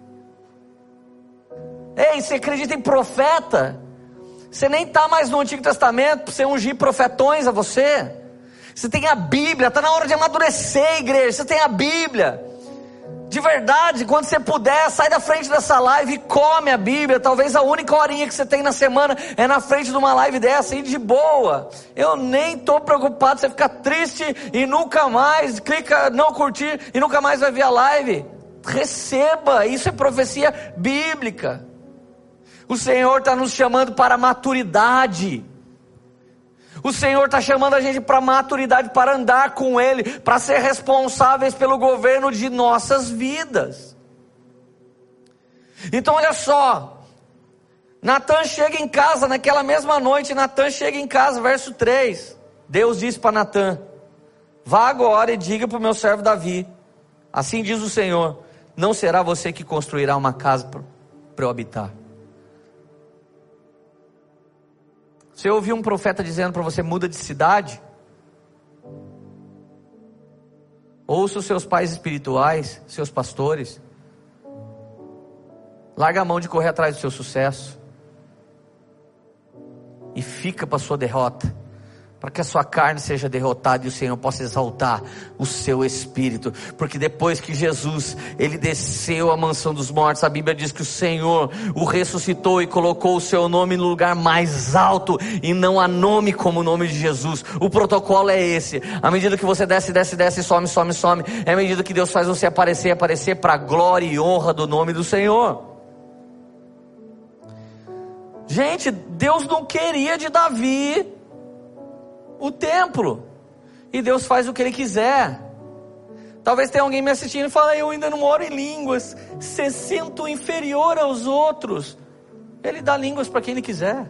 Ei, você acredita em profeta? Você nem está mais no Antigo Testamento para você ungir profetões a você. Você tem a Bíblia, está na hora de amadurecer, igreja. Você tem a Bíblia. De verdade, quando você puder, sai da frente dessa live e come a Bíblia. Talvez a única horinha que você tem na semana é na frente de uma live dessa, e de boa. Eu nem estou preocupado você ficar triste e nunca mais, clica não curtir e nunca mais vai ver a live. Receba, isso é profecia bíblica. O Senhor está nos chamando para maturidade. O Senhor está chamando a gente para maturidade, para andar com Ele, para ser responsáveis pelo governo de nossas vidas. Então olha só, Natã chega em casa naquela mesma noite. Natã chega em casa, verso três. Deus disse para Natã: vá agora e diga para o meu servo Davi, assim diz o Senhor, não será você que construirá uma casa para eu habitar. Você ouviu um profeta dizendo para você: muda de cidade? Ouça os seus pais espirituais, seus pastores. Larga a mão de correr atrás do seu sucesso e fica para a sua derrota, para que a sua carne seja derrotada e o Senhor possa exaltar o seu espírito, porque depois que Jesus, ele desceu à mansão dos mortos, a Bíblia diz que o Senhor o ressuscitou e colocou o seu nome no lugar mais alto, e não há nome como o nome de Jesus. O protocolo é esse: à medida que você desce, desce, desce, some, some, some, é à medida que Deus faz você aparecer, aparecer para a glória e honra do nome do Senhor. Gente, Deus não queria de Davi o templo, e Deus faz o que Ele quiser. Talvez tenha alguém me assistindo e fale: eu ainda não oro em línguas, se sinto inferior aos outros. Ele dá línguas para quem Ele quiser,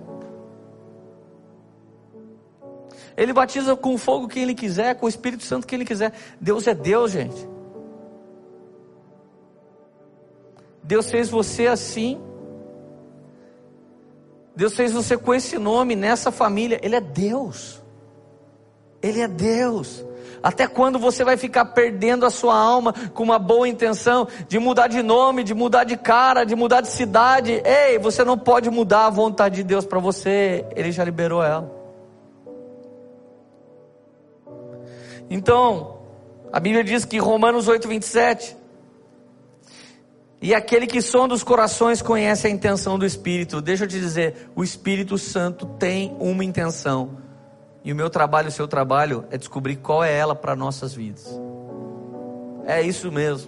Ele batiza com fogo quem Ele quiser, com o Espírito Santo quem Ele quiser. Deus é Deus, gente. Deus fez você assim, Deus fez você com esse nome, nessa família. Ele é Deus, Ele é Deus. Até quando você vai ficar perdendo a sua alma com uma boa intenção de mudar de nome, de mudar de cara, de mudar de cidade? Ei, você não pode mudar a vontade de Deus para você, Ele já liberou ela. Então, a Bíblia diz que Romanos oito, vinte e sete, e aquele que sonda os corações conhece a intenção do Espírito. Deixa eu te dizer, o Espírito Santo tem uma intenção, e o meu trabalho, o seu trabalho, é descobrir qual é ela para nossas vidas. É isso mesmo.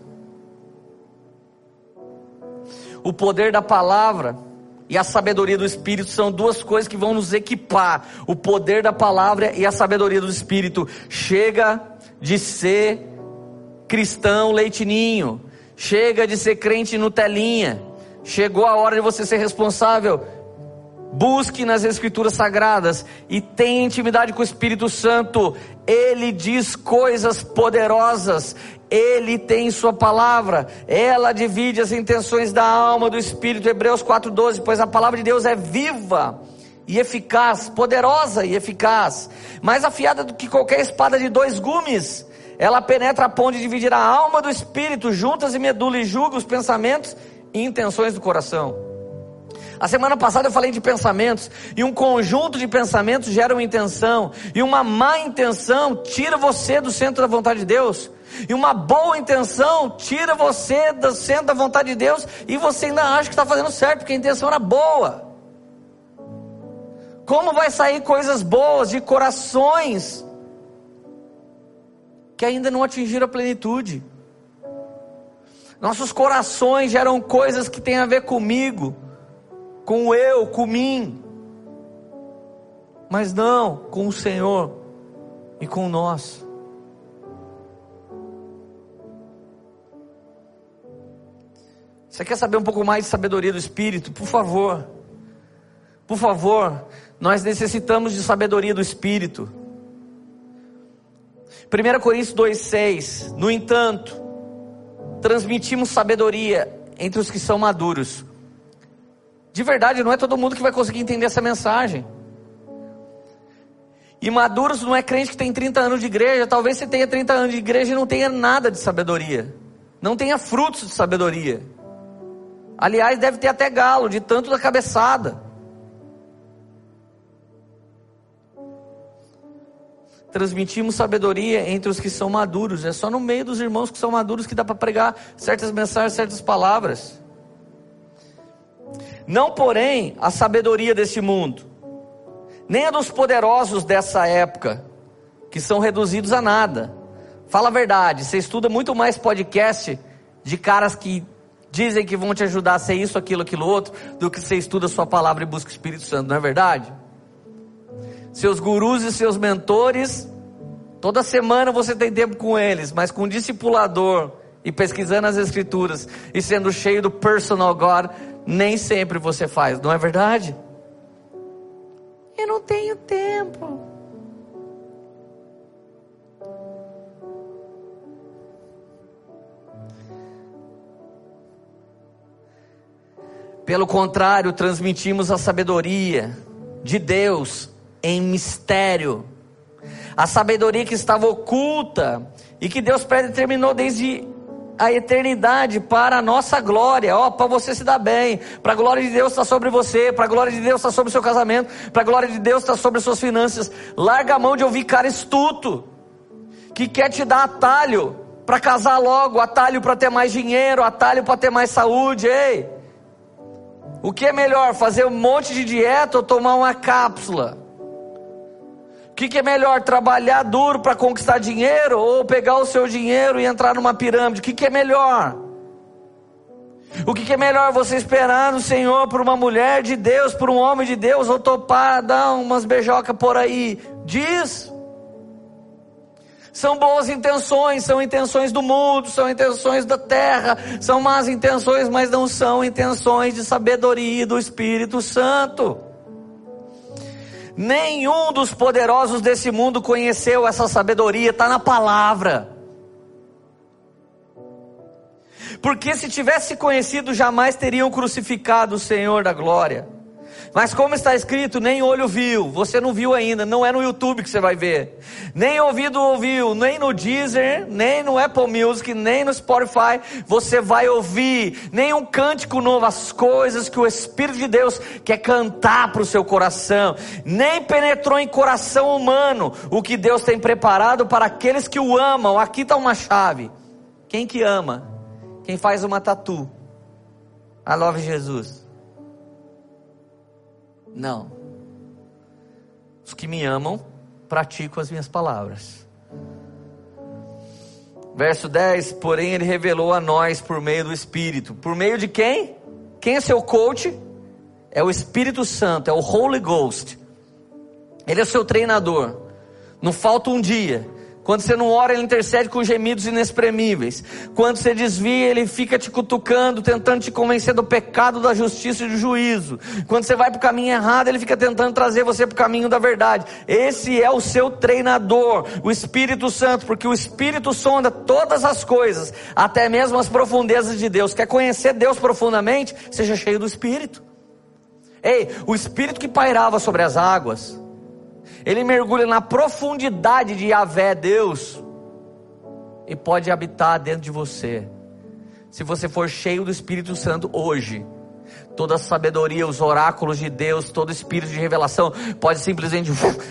O poder da palavra e a sabedoria do Espírito são duas coisas que vão nos equipar. O poder da palavra e a sabedoria do Espírito. Chega de ser cristão leitinho, chega de ser crente Nutelinha. Chegou a hora de você ser responsável. Busque nas Escrituras Sagradas e tenha intimidade com o Espírito Santo. Ele diz coisas poderosas, Ele tem sua palavra, ela divide as intenções da alma, do Espírito. Hebreus quatro, doze, pois a palavra de Deus é viva e eficaz, poderosa e eficaz, mais afiada do que qualquer espada de dois gumes. Ela penetra a ponto de dividir a alma do Espírito, juntas e medula, e julga os pensamentos e intenções do coração. A semana passada eu falei de pensamentos, e um conjunto de pensamentos gera uma intenção, e uma má intenção tira você do centro da vontade de Deus, e uma boa intenção tira você do centro da vontade de Deus, e você ainda acha que está fazendo certo, porque a intenção era boa. Como vai sair coisas boas de corações que ainda não atingiram a plenitude? Nossos corações geram coisas que têm a ver comigo, com o eu, com mim, mas não com o Senhor e com nós. Você quer saber um pouco mais de sabedoria do Espírito? Por favor, por favor, nós necessitamos de sabedoria do Espírito. primeira Coríntios dois, seis, no entanto, transmitimos sabedoria entre os que são maduros. De verdade, não é todo mundo que vai conseguir entender essa mensagem. E maduros não é crente que tem trinta anos de igreja. Talvez você tenha trinta anos de igreja e não tenha nada de sabedoria, não tenha frutos de sabedoria. Aliás, deve ter até galo, de tanto da cabeçada. Transmitimos sabedoria entre os que são maduros. É só no meio dos irmãos que são maduros que dá para pregar certas mensagens, certas palavras. Não, porém, a sabedoria deste mundo, nem a dos poderosos dessa época, que são reduzidos a nada. Fala a verdade, você estuda muito mais podcast de caras que dizem que vão te ajudar a ser isso, aquilo, aquilo outro, do que você estuda a sua palavra e busca o Espírito Santo, não é verdade? Seus gurus e seus mentores, toda semana você tem tempo com eles, mas com um discipulador e pesquisando as Escrituras e sendo cheio do personal God, nem sempre você faz, não é verdade? Eu não tenho tempo. Pelo contrário, transmitimos a sabedoria de Deus em mistério. A sabedoria que estava oculta e que Deus predeterminou desde a eternidade para a nossa glória, ó, para você se dar bem, para a glória de Deus estar sobre você, para a glória de Deus estar sobre o seu casamento, para a glória de Deus estar sobre as suas finanças. Larga a mão de ouvir cara astuto, que quer te dar atalho para casar logo, atalho para ter mais dinheiro, atalho para ter mais saúde. Ei, o que é melhor, fazer um monte de dieta ou tomar uma cápsula? O que, que é melhor, trabalhar duro para conquistar dinheiro ou pegar o seu dinheiro e entrar numa pirâmide? O que, que é melhor? O que, que é melhor, você esperar no Senhor por uma mulher de Deus, por um homem de Deus, ou topar dar umas beijocas por aí? Diz. São boas intenções, são intenções do mundo, são intenções da terra, são más intenções, mas não são intenções de sabedoria do Espírito Santo. Nenhum dos poderosos desse mundo conheceu essa sabedoria, está na palavra. Porque se tivesse conhecido, jamais teriam crucificado o Senhor da glória. Mas como está escrito, nem olho viu, você não viu ainda, não é no YouTube que você vai ver, nem ouvido ouviu, nem no Deezer, nem no Apple Music, nem no Spotify, você vai ouvir, nem um cântico novo, as coisas que o Espírito de Deus quer cantar para o seu coração, nem penetrou em coração humano, o que Deus tem preparado para aqueles que o amam. Aqui está uma chave, quem que ama? Quem faz uma tatu? I love Jesus. Não. Os que me amam, praticam as minhas palavras. Verso dez, porém ele revelou a nós por meio do Espírito. Por meio de quem? Quem é seu coach? É o Espírito Santo, é o Holy Ghost. Ele é o seu treinador. Não falta um dia. Quando você não ora, ele intercede com gemidos inexprimíveis. Quando você desvia, ele fica te cutucando, tentando te convencer do pecado, da justiça e do juízo. Quando você vai para o caminho errado, ele fica tentando trazer você para o caminho da verdade. Esse é o seu treinador, o Espírito Santo, porque o Espírito sonda todas as coisas, até mesmo as profundezas de Deus. Quer conhecer Deus profundamente? Seja cheio do Espírito. Ei, o Espírito que pairava sobre as águas, ele mergulha na profundidade de Yahvé, Deus, e pode habitar dentro de você. Se você for cheio do Espírito Santo hoje, toda a sabedoria, os oráculos de Deus, todo espírito de revelação, pode simplesmente,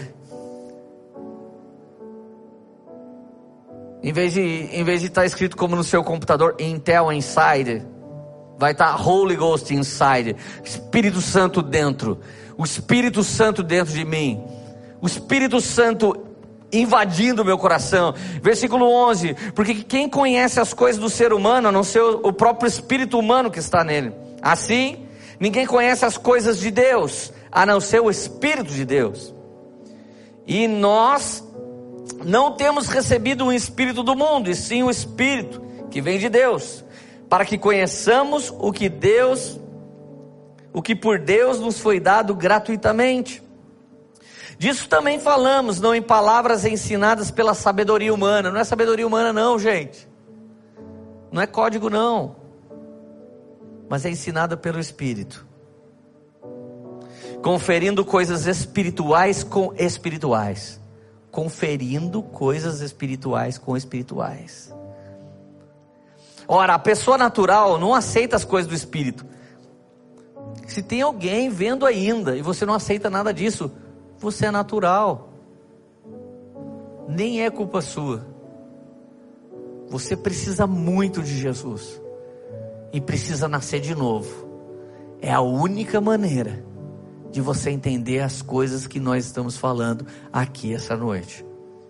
em vez de, em vez de estar escrito como no seu computador, Intel Inside, vai estar Holy Ghost Inside, Espírito Santo dentro, o Espírito Santo dentro de mim, o Espírito Santo invadindo o meu coração. Versículo onze, porque quem conhece as coisas do ser humano, a não ser o próprio espírito humano que está nele? Assim, ninguém conhece as coisas de Deus, a não ser o Espírito de Deus. E nós não temos recebido o Espírito do mundo, e sim o Espírito que vem de Deus, para que conheçamos o que Deus, o que por Deus nos foi dado gratuitamente. Disso também falamos, não em palavras ensinadas pela sabedoria humana. Não é sabedoria humana não, gente. Não é código não. Mas é ensinada pelo Espírito. Conferindo coisas espirituais com espirituais. Conferindo coisas espirituais com espirituais. Ora, a pessoa natural não aceita as coisas do Espírito. Se tem alguém vendo ainda e você não aceita nada disso, você é natural, nem é culpa sua. Você precisa muito de Jesus e precisa nascer de novo. É a única maneira de você entender as coisas que nós estamos falando aqui essa noite.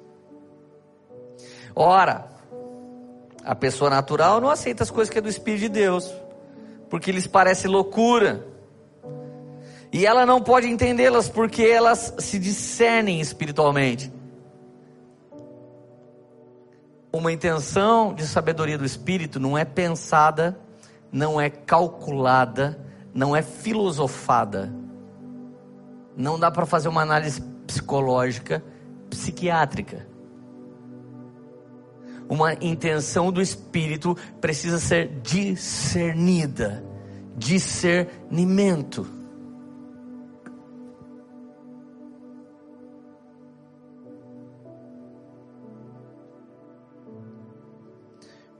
Ora, a pessoa natural não aceita as coisas que é do Espírito de Deus, porque lhes parece loucura. E ela não pode entendê-las porque elas se discernem espiritualmente. Uma intenção de sabedoria do Espírito não é pensada, não é calculada, não é filosofada. Não dá para fazer uma análise psicológica, psiquiátrica. Uma intenção do Espírito precisa ser discernida, discernimento.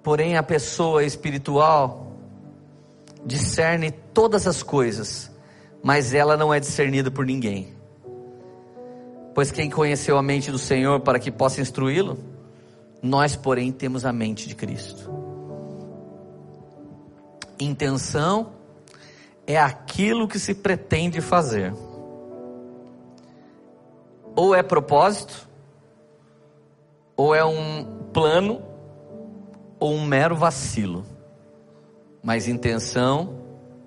Porém, a pessoa espiritual discerne todas as coisas, mas ela não é discernida por ninguém. Pois quem conheceu a mente do Senhor para que possa instruí-lo? Nós, porém, temos a mente de Cristo. Intenção é aquilo que se pretende fazer. Ou é propósito, ou é um plano, ou um mero vacilo. Mas intenção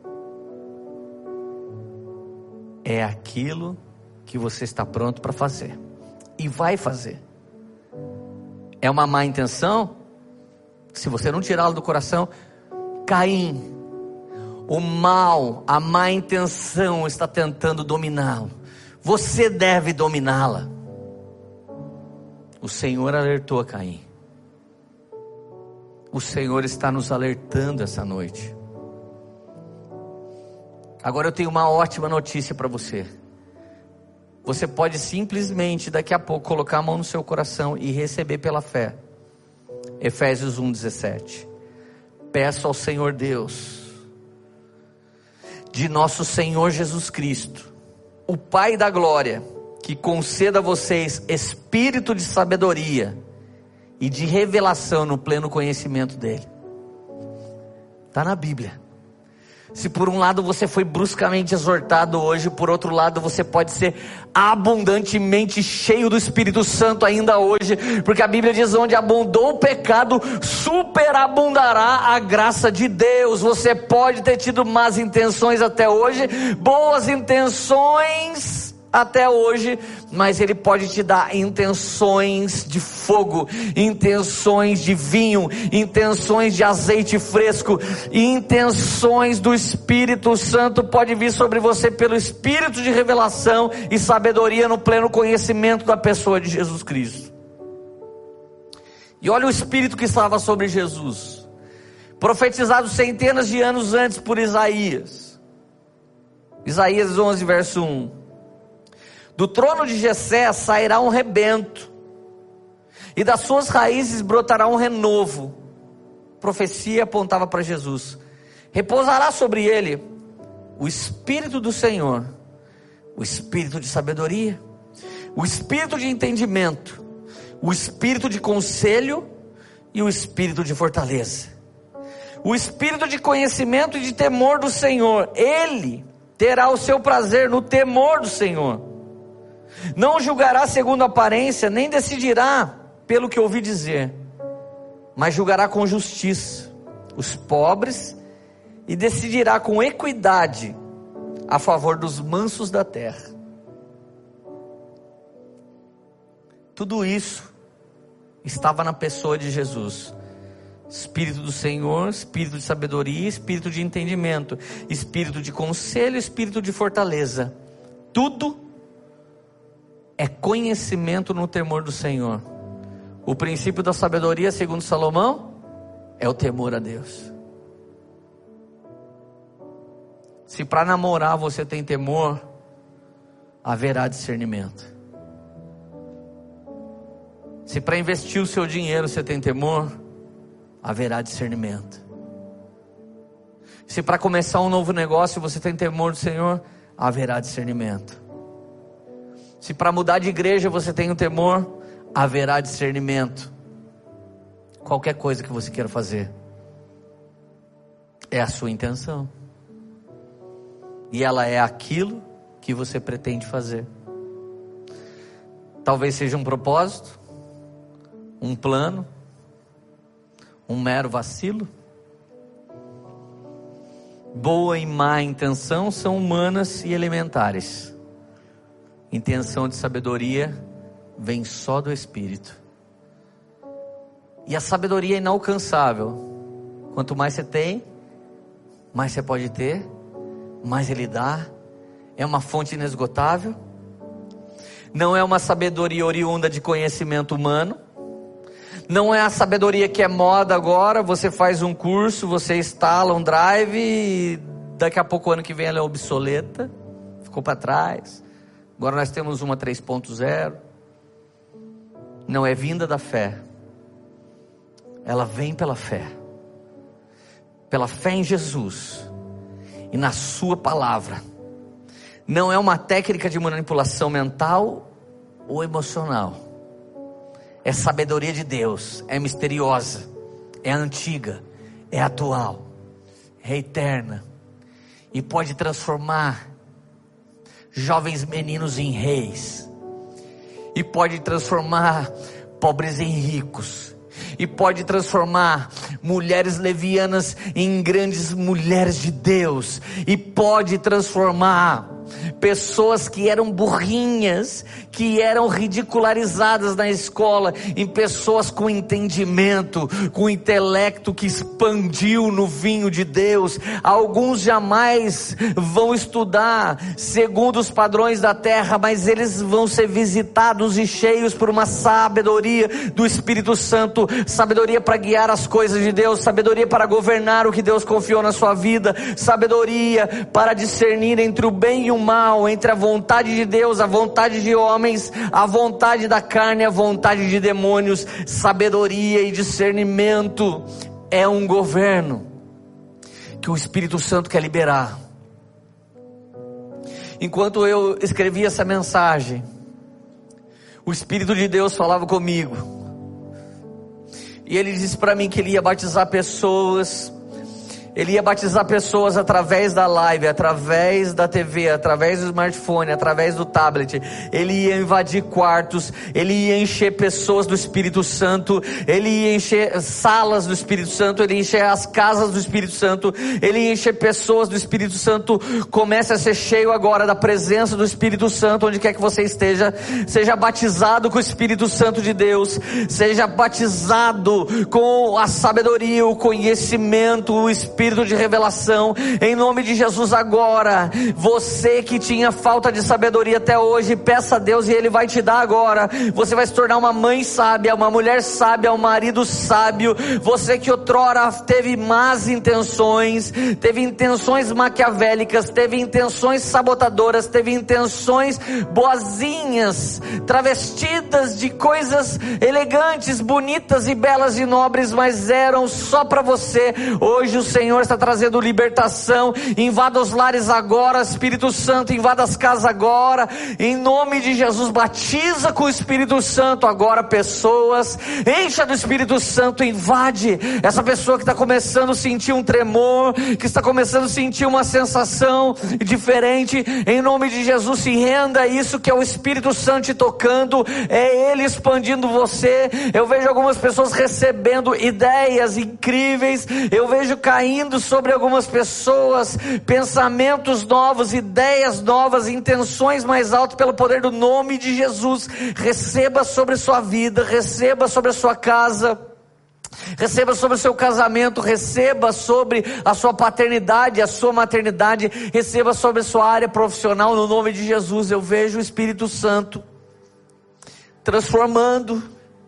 é aquilo que você está pronto para fazer e vai fazer. É uma má intenção? Se você não tirá-lo do coração, Caim, o mal, a má intenção está tentando dominá-lo. Você deve dominá-la. O Senhor alertou a Caim. O Senhor está nos alertando essa noite. Agora eu tenho uma ótima notícia para você. Você pode simplesmente daqui a pouco colocar a mão no seu coração e receber pela fé. Efésios um, dezessete. Peço ao Senhor Deus, de nosso Senhor Jesus Cristo, o Pai da glória, que conceda a vocês espírito de sabedoria e de revelação no pleno conhecimento dele. Está na Bíblia. Se por um lado você foi bruscamente exortado hoje, por outro lado você pode ser abundantemente cheio do Espírito Santo ainda hoje, porque a Bíblia diz: onde abundou o pecado, superabundará a graça de Deus. Você pode ter tido más intenções até hoje, boas intenções até hoje, mas Ele pode te dar intenções de fogo, intenções de vinho, intenções de azeite fresco, intenções do Espírito Santo. Pode vir sobre você pelo Espírito de revelação e sabedoria no pleno conhecimento da pessoa de Jesus Cristo. E olha o Espírito que estava sobre Jesus, profetizado centenas de anos antes por Isaías. Isaías onze, verso um. Do trono de Jessé sairá um rebento, e das suas raízes brotará um renovo. Profecia apontava para Jesus. Repousará sobre ele o Espírito do Senhor, o Espírito de sabedoria, o Espírito de entendimento, o Espírito de conselho e o Espírito de fortaleza, o Espírito de conhecimento e de temor do Senhor. Ele terá o seu prazer no temor do Senhor. Não julgará segundo a aparência, nem decidirá pelo que ouvi dizer, mas julgará com justiça os pobres e decidirá com equidade a favor dos mansos da terra. Tudo isso estava na pessoa de Jesus. Espírito do Senhor, Espírito de sabedoria, Espírito de entendimento, Espírito de conselho, Espírito de fortaleza. Tudo é conhecimento no temor do Senhor. O princípio da sabedoria, segundo Salomão, é o temor a Deus. Se para namorar você tem temor, haverá discernimento. Se para investir o seu dinheiro você tem temor, haverá discernimento. Se para começar um novo negócio você tem temor do Senhor, haverá discernimento. Se para mudar de igreja você tem um temor, haverá discernimento. Qualquer coisa que você queira fazer, é a sua intenção, e ela é aquilo que você pretende fazer. Talvez seja um propósito, um plano, um mero vacilo. Boa e má intenção são humanas e elementares. Intenção de sabedoria vem só do Espírito. E a sabedoria é inalcançável. Quanto mais você tem, mais você pode ter, mais Ele dá. É uma fonte inesgotável. Não é uma sabedoria oriunda de conhecimento humano. Não é a sabedoria que é moda agora. Você faz um curso, você instala um drive e daqui a pouco, ano que vem, ela é obsoleta. Ficou para trás. Agora nós temos uma três ponto zero. Não, é vinda da fé. ela vem pela fé. Pela fé em Jesus e na sua palavra. Não é uma técnica de manipulação mental ou emocional. É sabedoria de Deus, é misteriosa, é antiga, é atual, é eterna. E pode transformar jovens meninos em reis. E pode transformar pobres em ricos. E pode transformar mulheres levianas em grandes mulheres de Deus. E pode transformar pessoas que eram burrinhas, que eram ridicularizadas na escola, em pessoas com entendimento, com intelecto que expandiu no vinho de Deus. Alguns jamais vão estudar segundo os padrões da terra, mas eles vão ser visitados e cheios por uma sabedoria do Espírito Santo, sabedoria para guiar as coisas de Deus, sabedoria para governar o que Deus confiou na sua vida, sabedoria para discernir entre o bem e o mal, entre a vontade de Deus, a vontade de homens, a vontade da carne, a vontade de demônios. Sabedoria e discernimento é um governo que o Espírito Santo quer liberar. Enquanto eu escrevia essa mensagem, o Espírito de Deus falava comigo, e Ele disse para mim que Ele ia batizar pessoas. Ele ia batizar pessoas através da live, através da T V, através do smartphone, através do tablet. Ele ia invadir quartos, Ele ia encher pessoas do Espírito Santo, Ele ia encher salas do Espírito Santo, Ele ia encher as casas do Espírito Santo, Ele ia encher pessoas do Espírito Santo. Comece a ser cheio agora da presença do Espírito Santo, onde quer que você esteja. Seja batizado com o Espírito Santo de Deus, seja batizado com a sabedoria, o conhecimento, o Espírito de revelação, em nome de Jesus agora. Você que tinha falta de sabedoria até hoje, peça a Deus e Ele vai te dar agora. Você vai se tornar uma mãe sábia, uma mulher sábia, um marido sábio. Você que outrora teve más intenções, teve intenções maquiavélicas, teve intenções sabotadoras, teve intenções boazinhas, travestidas de coisas elegantes, bonitas e belas e nobres, mas eram só para você. Hoje o Senhor está trazendo libertação. Invada os lares agora, Espírito Santo, invada as casas agora, em nome de Jesus. Batiza com o Espírito Santo agora pessoas, encha do Espírito Santo, invade essa pessoa que está começando a sentir um tremor, que está começando a sentir uma sensação diferente, em nome de Jesus. Se renda a isso que é o Espírito Santo te tocando, é Ele expandindo você. Eu vejo algumas pessoas recebendo ideias incríveis, eu vejo caindo sobre algumas pessoas pensamentos novos, ideias novas, intenções mais altas pelo poder do nome de Jesus. Receba sobre sua vida, receba sobre a sua casa, receba sobre o seu casamento, receba sobre a sua paternidade, a sua maternidade, receba sobre a sua área profissional, no nome de Jesus. Eu vejo o Espírito Santo transformando,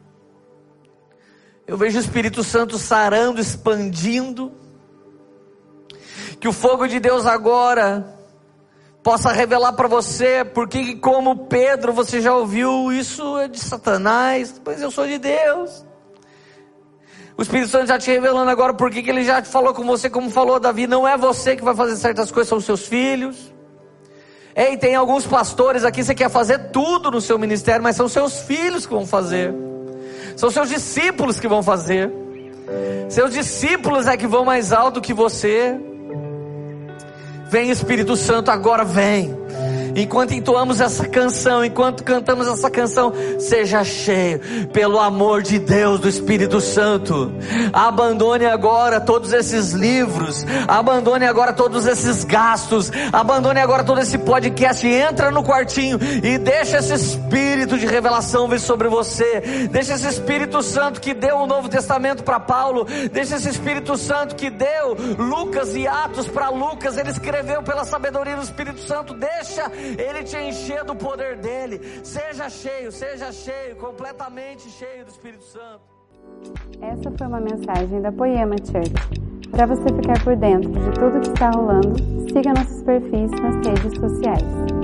eu vejo o Espírito Santo sarando, expandindo. Que o fogo de Deus agora possa revelar para você, porque como Pedro, você já ouviu, isso é de Satanás, pois eu sou de Deus. O Espírito Santo já te revelando agora, porque que Ele já falou com você, como falou Davi, não é você que vai fazer certas coisas, são os seus filhos. Ei, tem alguns pastores aqui, você quer fazer tudo no seu ministério, mas são seus filhos que vão fazer, são seus discípulos que vão fazer, seus discípulos é que vão mais alto que você. Vem Espírito Santo agora, vem. Enquanto entoamos essa canção, enquanto cantamos essa canção, seja cheio pelo amor de Deus, do Espírito Santo. Abandone agora todos esses livros, abandone agora todos esses gastos, abandone agora todo esse podcast. Entra no quartinho e deixa esse Espírito de revelação vir sobre você. Deixa esse Espírito Santo que deu o Novo Testamento para Paulo, deixa esse Espírito Santo que deu Lucas e Atos para Lucas, ele escreveu pela sabedoria do Espírito Santo. Deixa Ele te encher do poder dele. Seja cheio, seja cheio, completamente cheio do Espírito Santo. Essa foi uma mensagem da Poema Church. Para você ficar por dentro de tudo que está rolando, siga nossos perfis nas redes sociais.